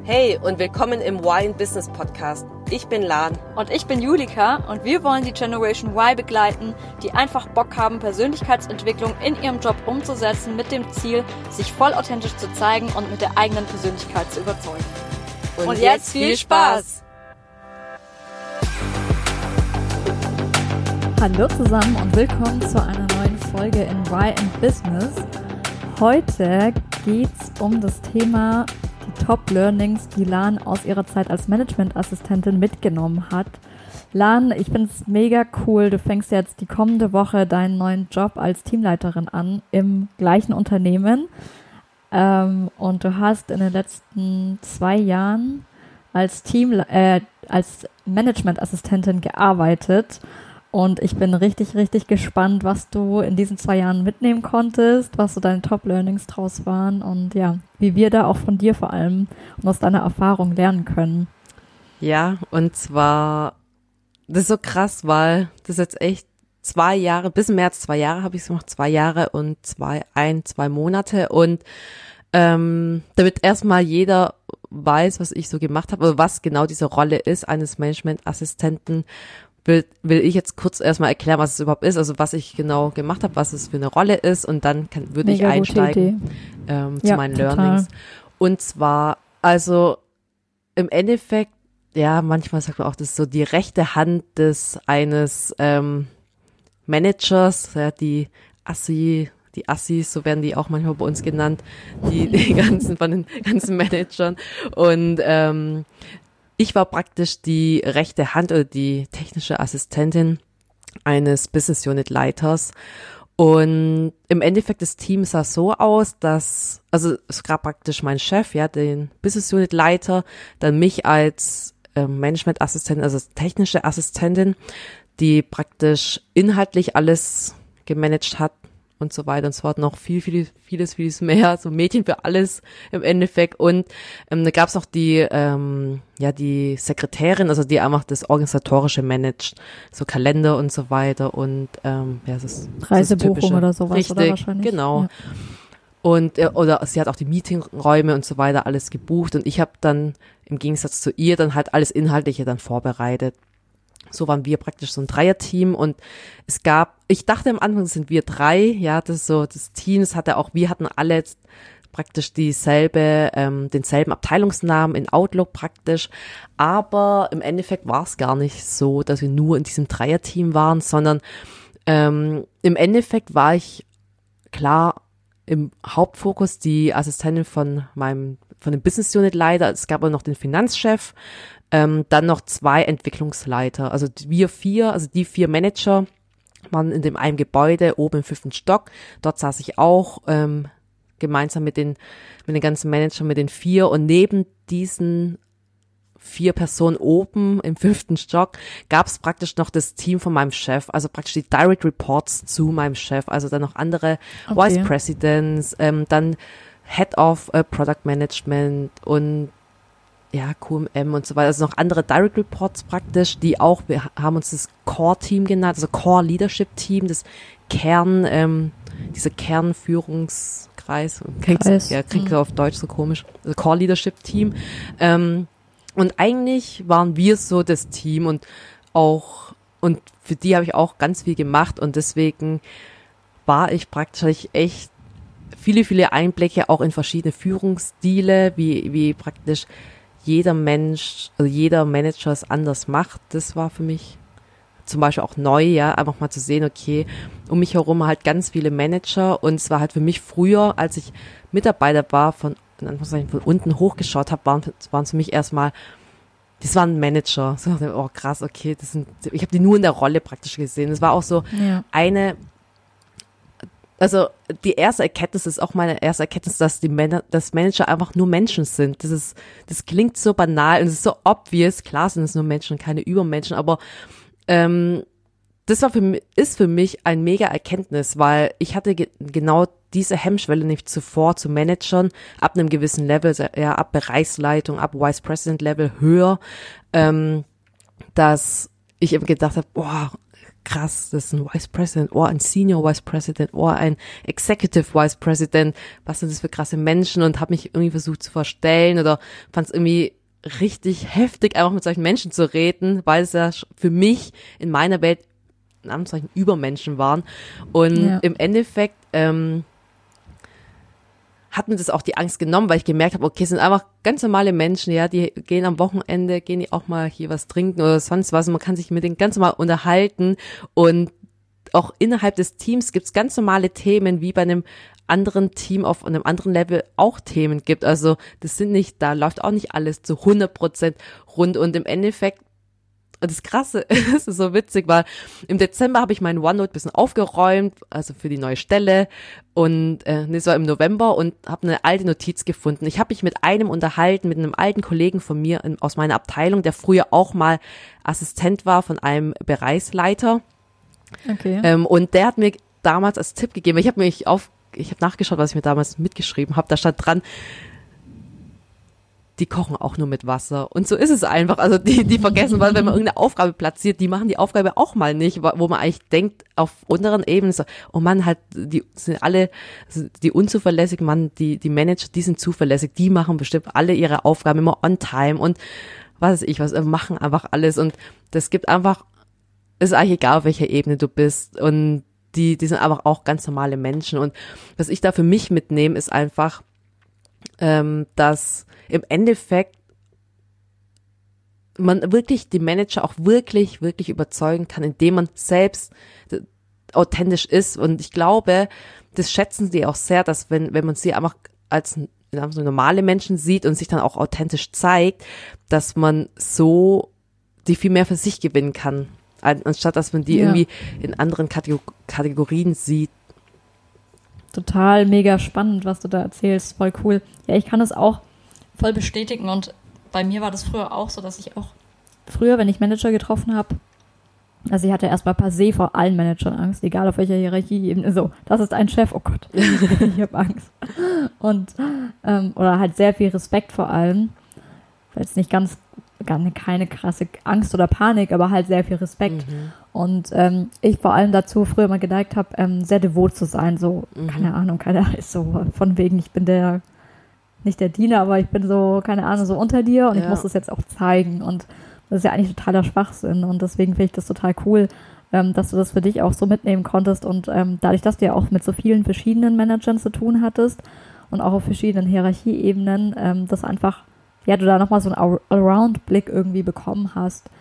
Hey und willkommen im Why in Business Podcast. Ich bin Lan. Und ich bin Julika und wir wollen die Generation Y begleiten, die einfach Bock haben, Persönlichkeitsentwicklung in ihrem Job umzusetzen mit dem Ziel, sich voll authentisch zu zeigen und mit der eigenen Persönlichkeit zu überzeugen. Und jetzt viel Spaß! Hallo zusammen und willkommen zu einer neuen Folge in Why in Business. Heute geht's um das Thema die Top-Learnings, die Lan aus ihrer Zeit als Managementassistentin mitgenommen hat. Lan, ich finde es mega cool. Du fängst jetzt die kommende Woche deinen neuen Job als Teamleiterin an im gleichen Unternehmen. Und du hast in den letzten 2 Jahren als Managementassistentin gearbeitet. Und ich bin richtig, richtig gespannt, was du in diesen 2 Jahren mitnehmen konntest, was so deine Top-Learnings draus waren und ja, wie wir da auch von dir vor allem und aus deiner Erfahrung lernen können. Ja, und zwar, das ist so krass, weil das jetzt echt 2 Jahre, bis März 2 Jahre habe ich es gemacht, 2 Jahre und 2 Monate und damit erstmal jeder weiß, was ich so gemacht habe, oder was genau diese Rolle ist eines Managementassistenten, will ich jetzt kurz erstmal erklären, was es überhaupt ist, also was ich genau gemacht habe, was es für eine Rolle ist und dann würde ich einsteigen zu meinen Learnings. Und zwar, also im Endeffekt, ja, manchmal sagt man auch, das ist so die rechte Hand eines Managers, ja, die Assis, so werden die auch manchmal bei uns genannt, die ganzen von den ganzen Managern und ich war praktisch die rechte Hand oder die technische Assistentin eines Business Unit Leiters und im Endeffekt das Team sah so aus, dass, also es gab praktisch meinen Chef, ja, den Business Unit Leiter, dann mich als Management-Assistentin, also technische Assistentin, die praktisch inhaltlich alles gemanagt hat und so weiter und so fort, noch vieles mehr, so Mädchen für alles im Endeffekt und da gab's auch die Sekretärin, also die einfach das Organisatorische managt, so Kalender und so weiter und das ist Reisebuchung oder sowas, richtig, oder wahrscheinlich. Genau. Ja. Und oder sie hat auch die Meetingräume und so weiter alles gebucht und ich habe dann im Gegensatz zu ihr dann halt alles Inhaltliche dann vorbereitet. So waren wir praktisch so ein Dreierteam und ich dachte am Anfang sind wir 3, ja, das ist so das Team, wir hatten alle praktisch denselben Abteilungsnamen in Outlook praktisch, aber im Endeffekt war es gar nicht so, dass wir nur in diesem Dreierteam waren, sondern im Endeffekt war ich klar im Hauptfokus die Assistentin von dem Business Unit Leiter, es gab aber noch den Finanzchef, dann noch 2 Entwicklungsleiter, also die 4 Manager waren in dem einen Gebäude oben im 5. Stock, dort saß ich auch gemeinsam mit den ganzen Managern, mit den 4 und neben diesen 4 Personen oben im 5. Stock gab es praktisch noch das Team von meinem Chef, also praktisch die Direct Reports zu meinem Chef, also dann noch andere Vice Presidents, dann Head of Product Management und ja, QMM und so weiter, also noch andere Direct Reports praktisch, wir haben uns das Core-Team genannt, also Core Leadership Team, das dieser Kernführungskreis, klingt auf Deutsch so komisch, also Core Leadership Team, und eigentlich waren wir so das Team und für die habe ich auch ganz viel gemacht und deswegen war ich praktisch echt viele Einblicke auch in verschiedene Führungsstile, wie praktisch jeder Manager es anders macht. Das war für mich zum Beispiel auch neu, ja, einfach mal zu sehen, okay, um mich herum halt ganz viele Manager und es war halt für mich früher, als ich Mitarbeiter war, von unten hochgeschaut habe, waren für mich erstmal, das waren Manager. So, oh krass, okay, ich habe die nur in der Rolle praktisch gesehen. Das war auch so also die erste Erkenntnis ist auch meine erste Erkenntnis, dass dass Manager einfach nur Menschen sind. Das klingt so banal und es ist so obvious. Klar sind es nur Menschen und keine Übermenschen, aber das ist für mich ein mega Erkenntnis, weil ich hatte genau diese Hemmschwelle nicht zuvor zu Managern ab einem gewissen Level, ja, ab Bereichsleitung, ab Vice President Level höher, dass ich eben gedacht habe, boah, krass, das ist ein Vice President, ein Senior Vice President, ein Executive Vice President, was sind das für krasse Menschen, und habe mich irgendwie versucht zu verstellen oder fand es irgendwie richtig heftig, einfach mit solchen Menschen zu reden, weil es ja für mich in meiner Welt in Anführungszeichen Übermenschen waren. Und im Endeffekt hat mir das auch die Angst genommen, weil ich gemerkt habe, okay, es sind einfach ganz normale Menschen, ja, die gehen am Wochenende, gehen die auch mal hier was trinken oder sonst was, und man kann sich mit denen ganz normal unterhalten, und auch innerhalb des Teams gibt's ganz normale Themen, wie bei einem anderen Team auf einem anderen Level auch Themen gibt. Also das sind nicht, da läuft auch nicht alles zu 100% rund, und im Endeffekt, und das Krasse, es ist so witzig, weil im Dezember habe ich meinen OneNote ein bisschen aufgeräumt, also für die neue Stelle, und das war im November, und habe eine alte Notiz gefunden. Ich habe mich mit einem alten Kollegen von mir aus meiner Abteilung, der früher auch mal Assistent war von einem Bereichsleiter. Okay. Und der hat mir damals als Tipp gegeben, ich habe nachgeschaut, was ich mir damals mitgeschrieben habe, da stand dran, die kochen auch nur mit Wasser. Und so ist es einfach. Also die vergessen, weil wenn man irgendeine Aufgabe platziert, die machen die Aufgabe auch mal nicht, wo man eigentlich denkt, auf unteren Ebenen so, oh Mann, halt, die sind alle, die unzuverlässig, Mann, die Manager, die sind zuverlässig, die machen bestimmt alle ihre Aufgaben immer on time und was weiß ich was, machen einfach alles, und das gibt einfach, ist eigentlich egal, auf welcher Ebene du bist, und die sind einfach auch ganz normale Menschen, und was ich da für mich mitnehme, ist einfach, dass im Endeffekt man wirklich die Manager auch wirklich, wirklich überzeugen kann, indem man selbst authentisch ist. Und ich glaube, das schätzen sie auch sehr, dass wenn man sie einfach als so normale Menschen sieht und sich dann auch authentisch zeigt, dass man so die viel mehr für sich gewinnen kann, anstatt dass man die irgendwie in anderen Kategorien sieht. Total mega spannend, was du da erzählst, voll cool. Ja, ich kann es auch voll bestätigen, und bei mir war das früher auch so, dass ich auch früher, wenn ich Manager getroffen habe, also ich hatte erstmal per se vor allen Managern Angst, egal auf welcher Hierarchieebene, so, das ist ein Chef, oh Gott, ich habe Angst. Und, oder halt sehr viel Respekt vor allem, weil es nicht keine krasse Angst oder Panik, aber halt sehr viel Respekt. Und ich vor allem dazu früher mal geneigt habe, sehr devot zu sein, so, keine Ahnung, keiner ist so von wegen, ich bin nicht der Diener, aber ich bin so, keine Ahnung, so unter dir, und ich muss das jetzt auch zeigen, und das ist ja eigentlich totaler Schwachsinn, und deswegen finde ich das total cool, dass du das für dich auch so mitnehmen konntest, und dadurch, dass du ja auch mit so vielen verschiedenen Managern zu tun hattest und auch auf verschiedenen Hierarchieebenen, das einfach, ja, du da nochmal so einen Allround-Blick irgendwie bekommen hast,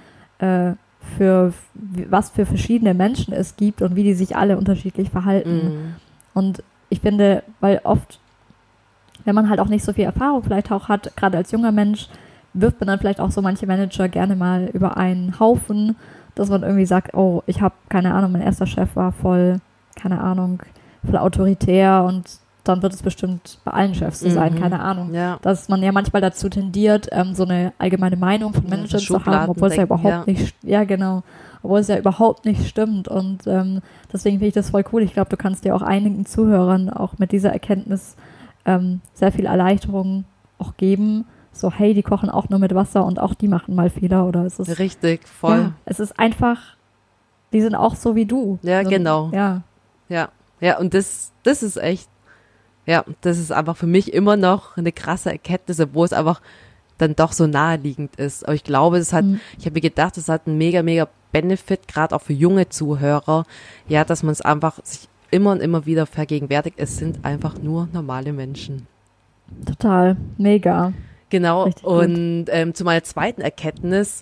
für was für verschiedene Menschen es gibt und wie die sich alle unterschiedlich verhalten. Und ich finde, weil oft, wenn man halt auch nicht so viel Erfahrung vielleicht auch hat, gerade als junger Mensch, wirft man dann vielleicht auch so manche Manager gerne mal über einen Haufen, dass man irgendwie sagt, oh, ich habe, keine Ahnung, mein erster Chef war voll, keine Ahnung, voll autoritär, und dann wird es bestimmt bei allen Chefs so sein, keine Ahnung. Ja. Dass man ja manchmal dazu tendiert, so eine allgemeine Meinung von Managern zu haben, obwohl es ja überhaupt nicht, obwohl es ja überhaupt nicht stimmt, und deswegen finde ich das voll cool. Ich glaube, du kannst dir auch einigen Zuhörern auch mit dieser Erkenntnis sehr viel Erleichterung auch geben, so, hey, die kochen auch nur mit Wasser und auch die machen mal Fehler, oder es ist richtig, voll. Ja, es ist einfach, die sind auch so wie du. Ja, also, genau. Ja, und das ist echt, ja, das ist einfach für mich immer noch eine krasse Erkenntnis, obwohl es einfach dann doch so naheliegend ist. Aber ich glaube, ich habe mir gedacht, es hat einen mega, mega Benefit, gerade auch für junge Zuhörer, ja, dass man es einfach sich immer und immer wieder vergegenwärtigt, es sind einfach nur normale Menschen. Total, mega. Genau, richtig. Und zu meiner zweiten Erkenntnis,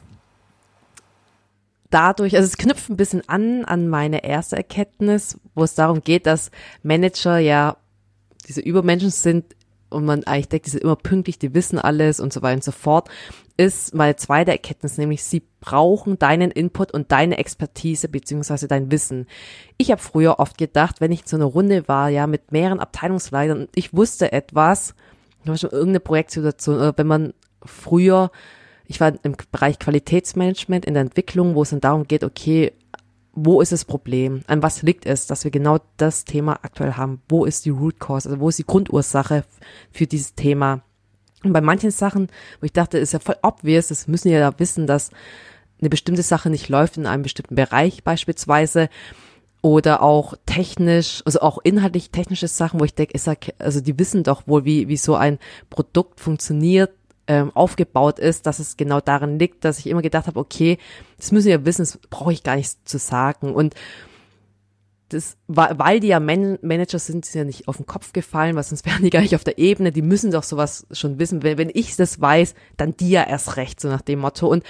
dadurch, also es knüpft ein bisschen an meine erste Erkenntnis, wo es darum geht, dass Manager ja diese Übermenschen sind und man eigentlich denkt, die sind immer pünktlich, die wissen alles und so weiter und so fort, ist meine zweite Erkenntnis, nämlich sie brauchen deinen Input und deine Expertise beziehungsweise dein Wissen. Ich habe früher oft gedacht, wenn ich in so einer Runde war, ja, mit mehreren Abteilungsleitern und ich wusste etwas, zum Beispiel irgendeine Projektsituation, oder wenn man früher, ich war im Bereich Qualitätsmanagement in der Entwicklung, wo es dann darum geht, okay, wo ist das Problem? An was liegt es, dass wir genau das Thema aktuell haben? Wo ist die Root Cause? Also wo ist die Grundursache für dieses Thema? Und bei manchen Sachen, wo ich dachte, ist ja voll obvious, das müssen ja da wissen, dass eine bestimmte Sache nicht läuft in einem bestimmten Bereich beispielsweise oder auch technisch, also auch inhaltlich technische Sachen, wo ich denke, also die wissen doch wohl, wie so ein Produkt funktioniert, aufgebaut ist, dass es genau darin liegt, dass ich immer gedacht habe, okay, das müssen wir wissen, das brauche ich gar nicht zu sagen. Und das, weil die ja Manager sind, ist ja nicht auf den Kopf gefallen, weil sonst wären die gar nicht auf der Ebene, die müssen doch sowas schon wissen. Wenn ich das weiß, dann die ja erst recht, so nach dem Motto. Und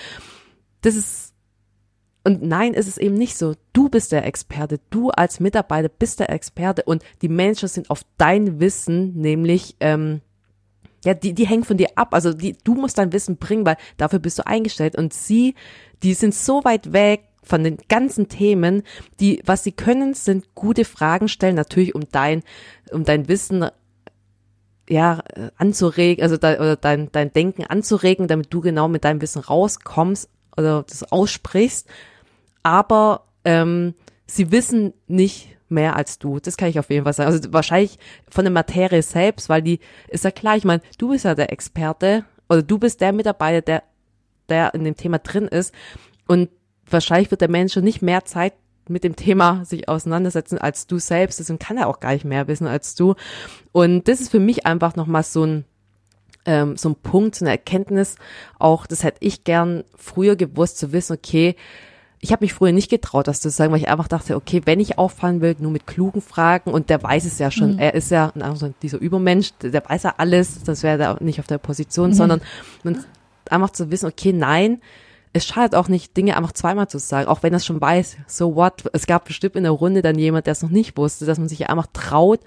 nein, ist es eben nicht so. Du bist der Experte, du als Mitarbeiter bist der Experte und die Manager sind auf dein Wissen, nämlich, die hängen von dir ab. Also du musst dein Wissen bringen, weil dafür bist du eingestellt. Und die sind so weit weg von den ganzen Themen, was sie können, sind gute Fragen stellen, natürlich um dein Wissen anzuregen, also dein Denken anzuregen, damit du genau mit deinem Wissen rauskommst oder das aussprichst. Aber sie wissen nicht mehr als du. Das kann ich auf jeden Fall sagen. Also wahrscheinlich von der Materie selbst, weil ist ja klar, ich meine, du bist ja der Experte oder du bist der Mitarbeiter, der in dem Thema drin ist und wahrscheinlich wird der Mensch schon nicht mehr Zeit mit dem Thema sich auseinandersetzen als du selbst. Deswegen kann er auch gar nicht mehr wissen als du. Und das ist für mich einfach nochmal so ein Punkt, so eine Erkenntnis. Auch das hätte ich gern früher gewusst, zu wissen, okay, ich habe mich früher nicht getraut, das zu sagen, weil ich einfach dachte, okay, wenn ich auffallen will, nur mit klugen Fragen und der weiß es ja schon, er ist ja dieser Übermensch, der weiß ja alles, das wäre da nicht auf der Position, sondern einfach zu wissen, okay, nein, es schadet auch nicht, Dinge einfach zweimal zu sagen, auch wenn er es schon weiß, so what, es gab bestimmt in der Runde dann jemand, der es noch nicht wusste, dass man sich einfach traut,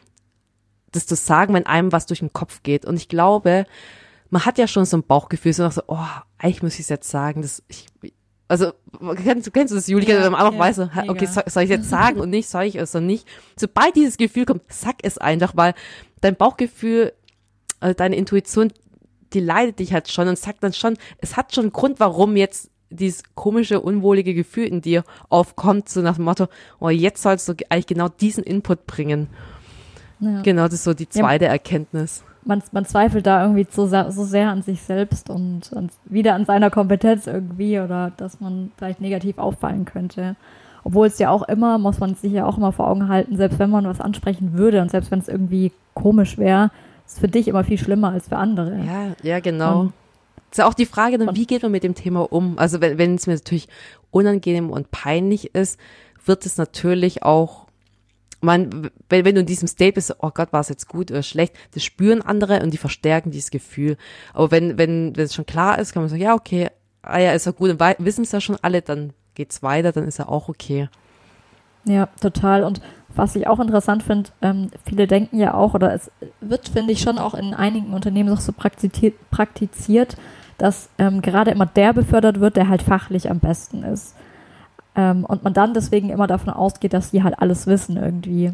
das zu sagen, wenn einem was durch den Kopf geht und ich glaube, man hat ja schon so ein Bauchgefühl, so eigentlich muss ich es jetzt sagen, also kennst du das, Julika, wenn man einfach weiß, okay, soll ich jetzt sagen und nicht, soll ich es und nicht. Sobald dieses Gefühl kommt, sag es einfach, weil dein Bauchgefühl, also deine Intuition, die leitet dich halt schon und sagt dann schon, es hat schon einen Grund, warum jetzt dieses komische, unwohlige Gefühl in dir aufkommt, so nach dem Motto, jetzt sollst du eigentlich genau diesen Input bringen. Ja. Genau, das ist so die zweite Erkenntnis. Man zweifelt da irgendwie so sehr an sich selbst und wieder an seiner Kompetenz irgendwie oder dass man vielleicht negativ auffallen könnte. Obwohl es ja auch immer, muss man sich ja auch immer vor Augen halten, selbst wenn man was ansprechen würde und selbst wenn es irgendwie komisch wäre, ist es für dich immer viel schlimmer als für andere. Ja, genau. Es ist ja auch die Frage, dann, wie geht man mit dem Thema um? Also wenn es mir natürlich unangenehm und peinlich ist, wird es natürlich auch wenn du in diesem State bist, oh Gott, war es jetzt gut oder schlecht, das spüren andere und die verstärken dieses Gefühl. Aber wenn es schon klar ist, kann man sagen, ja, okay, ist ja gut, und wissen es ja schon alle, dann geht's weiter, dann ist ja auch okay. Ja, total. Und was ich auch interessant finde, viele denken ja auch, oder es wird, finde ich, schon auch in einigen Unternehmen auch so praktiziert, dass gerade immer der befördert wird, der halt fachlich am besten ist. Und man dann deswegen immer davon ausgeht, dass sie halt alles wissen irgendwie.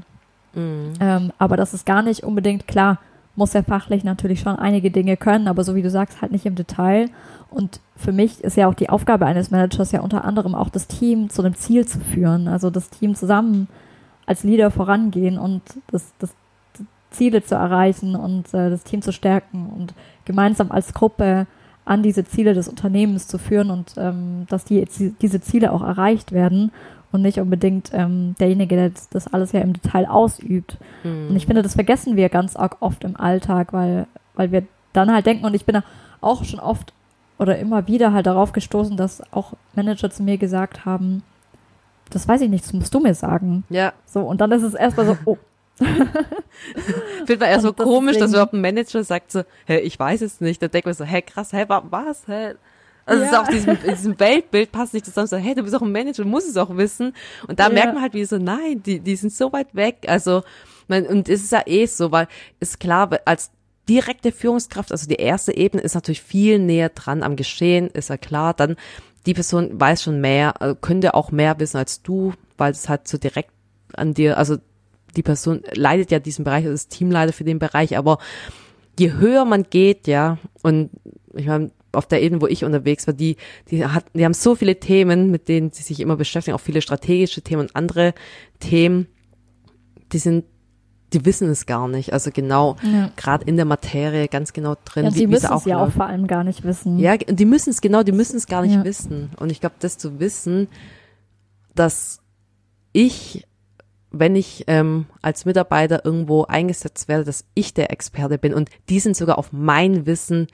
Aber das ist gar nicht unbedingt, klar, muss er fachlich natürlich schon einige Dinge können, aber so wie du sagst, halt nicht im Detail. Und für mich ist ja auch die Aufgabe eines Managers ja unter anderem auch das Team zu einem Ziel zu führen, also das Team zusammen als Leader vorangehen und das Ziele zu erreichen und das Team zu stärken und gemeinsam als Gruppe an diese Ziele des Unternehmens zu führen und dass diese Ziele auch erreicht werden und nicht unbedingt derjenige, der das alles ja im Detail ausübt. Und ich finde, das vergessen wir ganz oft im Alltag, weil wir dann halt denken, und ich bin da auch schon oft oder immer wieder halt darauf gestoßen, dass auch Manager zu mir gesagt haben, das weiß ich nicht, das musst du mir sagen. Ja. So, und dann ist es erstmal so, oh. Findet man eher so komisch, dass überhaupt ein Manager sagt so, ich weiß es nicht. Dann denkt man so, krass, was? Also es ist auch diesem Weltbild passt nicht zusammen, so, du bist auch ein Manager, du musst es auch wissen. Und da merkt man halt, wie so, nein, die sind so weit weg. Also, und es ist ja so, weil ist klar, als direkte Führungskraft, also die erste Ebene ist natürlich viel näher dran am Geschehen, ist ja klar. Dann die Person weiß schon mehr, könnte auch mehr wissen als du, weil es halt so direkt an dir, also die Person leitet ja diesen Bereich, also ist Teamleiter für den Bereich, aber je höher man geht, ja, und ich meine, auf der Ebene, wo ich unterwegs war, die haben so viele Themen, mit denen sie sich immer beschäftigen, auch viele strategische Themen und andere Themen, die sind die wissen es gar nicht. Also genau, gerade in der Materie ganz genau drin. Ja, sie müssen es ja auch läuft. vor allem gar nicht wissen. Ja, die müssen es gar nicht wissen. Und ich glaube, das zu wissen, dass wenn ich als Mitarbeiter irgendwo eingesetzt werde, dass ich der Experte bin und die sind sogar auf mein Wissen,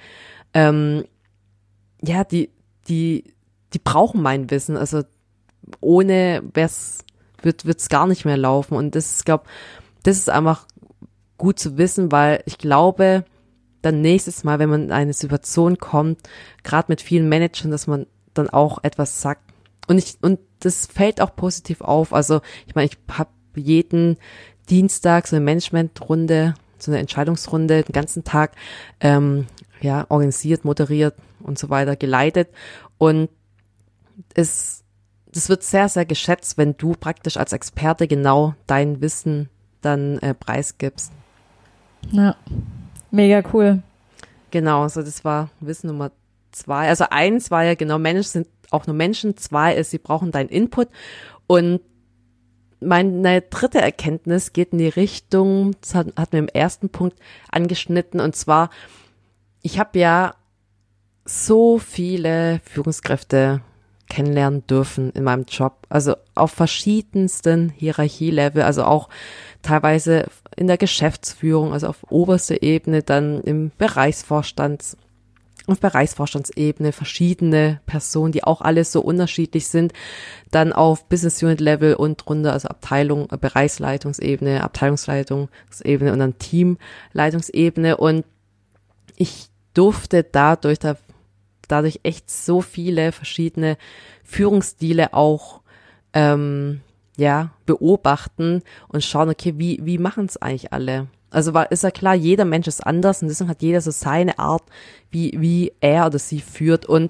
die brauchen mein Wissen. Also ohne wird's gar nicht mehr laufen. Und das ist, das ist einfach gut zu wissen, weil ich glaube, dann nächstes Mal, wenn man in eine Situation kommt, gerade mit vielen Managern, dass man dann auch etwas sagt. Und das fällt auch positiv auf. Also ich meine, ich habe jeden Dienstag so eine Managementrunde, so eine Entscheidungsrunde den ganzen Tag organisiert, moderiert und so weiter, geleitet. Und das wird sehr, sehr geschätzt, wenn du praktisch als Experte genau dein Wissen dann preisgibst. Ja, mega cool. Genau, so das war Wissen Nummer 2. Also 1 war ja genau, Menschen sind auch nur Menschen. 2 ist, sie brauchen deinen Input. Und meine 3. Erkenntnis geht in die Richtung, das hat mir im ersten Punkt angeschnitten, und zwar, ich habe ja so viele Führungskräfte kennenlernen dürfen in meinem Job, also auf verschiedensten Hierarchielevel, also auch teilweise in der Geschäftsführung, also auf oberster Ebene, dann auf Bereichsvorstandsebene verschiedene Personen, die auch alle so unterschiedlich sind, dann auf Business Unit Level und drunter, also Abteilung, Bereichsleitungsebene, Abteilungsleitungsebene und dann Teamleitungsebene, und ich durfte dadurch echt so viele verschiedene Führungsstile auch beobachten und schauen, okay, wie machen es eigentlich alle? Also ist ja klar, jeder Mensch ist anders und deswegen hat jeder so seine Art, wie er oder sie führt. Und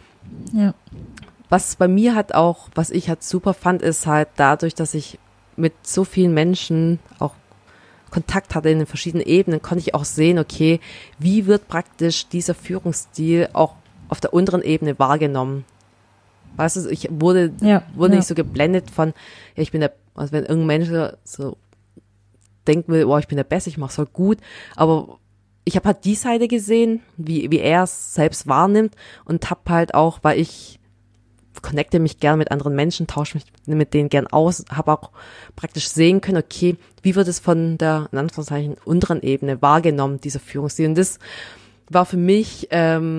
was bei mir was ich halt super fand, ist halt dadurch, dass ich mit so vielen Menschen auch Kontakt hatte in den verschiedenen Ebenen, konnte ich auch sehen, okay, wie wird praktisch dieser Führungsstil auch auf der unteren Ebene wahrgenommen. Weißt du, ich wurde nicht so geblendet von, ich bin also wenn irgendein Mensch so denken will, ich bin der Beste, ich mach's voll gut, aber ich habe halt die Seite gesehen, wie er es selbst wahrnimmt, und habe halt auch, weil ich connecte mich gern mit anderen Menschen, tausche mich mit denen gern aus, habe auch praktisch sehen können, okay, wie wird es von der, in Anführungszeichen, unteren Ebene wahrgenommen, dieser Führungsstil. Und das war für mich,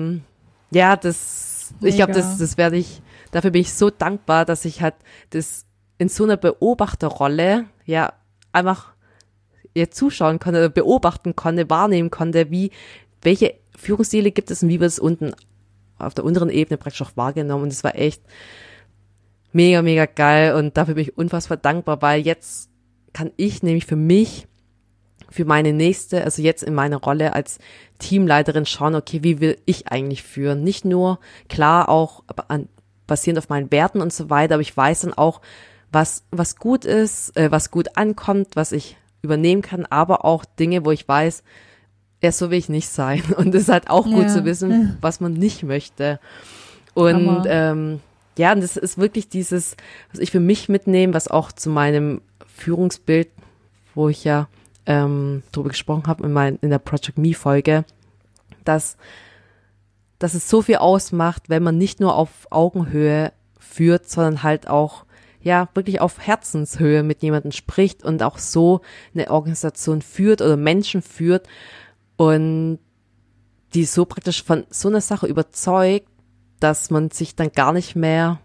ich glaube, dafür bin ich so dankbar, dass ich halt das in so einer Beobachterrolle einfach zuschauen konnte, beobachten konnte, wahrnehmen konnte, welche Führungsstile gibt es und wie wird es unten auf der unteren Ebene praktisch auch wahrgenommen. Und das war echt mega, mega geil, und dafür bin ich unfassbar dankbar, weil jetzt kann ich nämlich für mich, für meine nächste, also jetzt in meiner Rolle als Teamleiterin schauen, okay, wie will ich eigentlich führen? Nicht nur, klar, auch basierend auf meinen Werten und so weiter, aber ich weiß dann auch, was gut ist, was gut ankommt, was ich übernehmen kann, aber auch Dinge, wo ich weiß, so will ich nicht sein. Und es ist halt auch gut zu wissen, was man nicht möchte. Und und das ist wirklich dieses, was ich für mich mitnehme, was auch zu meinem Führungsbild, wo ich ja drüber gesprochen habe in der Project Me Folge, dass es so viel ausmacht, wenn man nicht nur auf Augenhöhe führt, sondern halt auch wirklich auf Herzenshöhe mit jemandem spricht und auch so eine Organisation führt oder Menschen führt und die so praktisch von so einer Sache überzeugt, dass man sich dann gar nicht mehr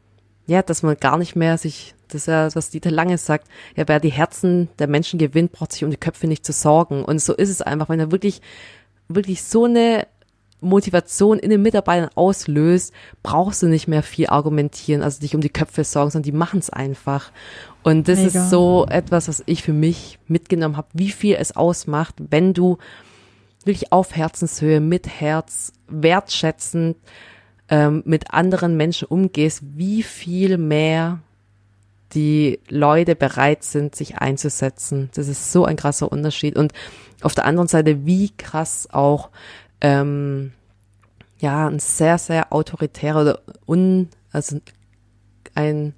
sich, das ist ja, was Dieter Lange sagt, wer die Herzen der Menschen gewinnt, braucht sich um die Köpfe nicht zu sorgen. Und so ist es einfach, wenn er wirklich, wirklich so eine Motivation in den Mitarbeitern auslöst, brauchst du nicht mehr viel argumentieren, also dich um die Köpfe sorgen, sondern die machen es einfach. Und das ist so etwas, was ich für mich mitgenommen habe, wie viel es ausmacht, wenn du wirklich auf Herzenshöhe, mit Herz, wertschätzend mit anderen Menschen umgehst, wie viel mehr die Leute bereit sind, sich einzusetzen. Das ist so ein krasser Unterschied. Und auf der anderen Seite, wie krass auch ein sehr, sehr autoritärer also ein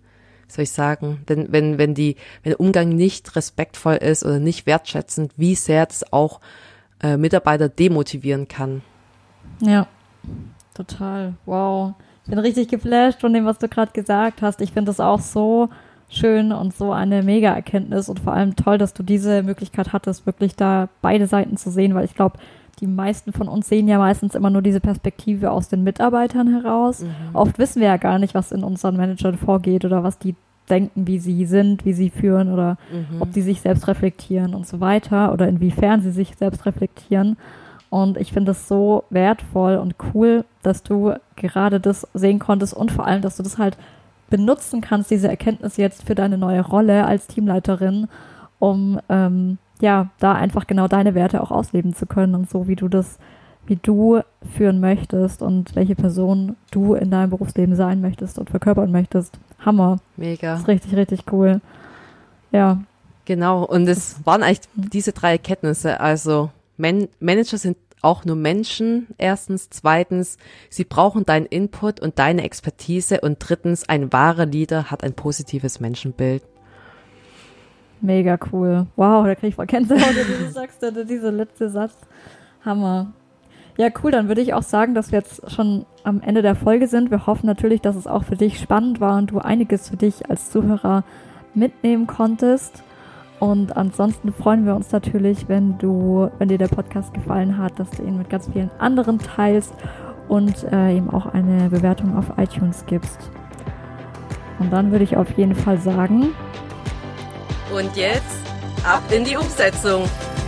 soll ich sagen, denn wenn der Umgang nicht respektvoll ist oder nicht wertschätzend, wie sehr das auch Mitarbeiter demotivieren kann. Ja, total. Wow. Ich bin richtig geflasht von dem, was du gerade gesagt hast. Ich finde das auch so schön und so eine Mega-Erkenntnis und vor allem toll, dass du diese Möglichkeit hattest, wirklich da beide Seiten zu sehen, weil ich glaube, die meisten von uns sehen ja meistens immer nur diese Perspektive aus den Mitarbeitern heraus. Oft wissen wir ja gar nicht, was in unseren Managern vorgeht oder was die denken, wie sie sind, wie sie führen oder ob die sich selbst reflektieren und so weiter oder inwiefern sie sich selbst reflektieren. Und ich finde es so wertvoll und cool, dass du gerade das sehen konntest und vor allem, dass du das halt benutzen kannst, diese Erkenntnis jetzt für deine neue Rolle als Teamleiterin, um da einfach genau deine Werte auch ausleben zu können und so, wie du führen möchtest und welche Person du in deinem Berufsleben sein möchtest und verkörpern möchtest. Hammer. Mega. Das ist richtig, richtig cool. Ja. Genau, und es waren eigentlich diese 3 Erkenntnisse. Also Manager sind auch nur Menschen, erstens. Zweitens, sie brauchen deinen Input und deine Expertise. Und drittens, ein wahrer Leader hat ein positives Menschenbild. Mega cool. Wow, da krieg ich voll Gänsehaut, wenn du sagst, dieser letzte Satz. Hammer. Ja, cool, dann würde ich auch sagen, dass wir jetzt schon am Ende der Folge sind. Wir hoffen natürlich, dass es auch für dich spannend war und du einiges für dich als Zuhörer mitnehmen konntest. Und ansonsten freuen wir uns natürlich, wenn dir der Podcast gefallen hat, dass du ihn mit ganz vielen anderen teilst und ihm auch eine Bewertung auf iTunes gibst. Und dann würde ich auf jeden Fall sagen, und jetzt ab in die Umsetzung.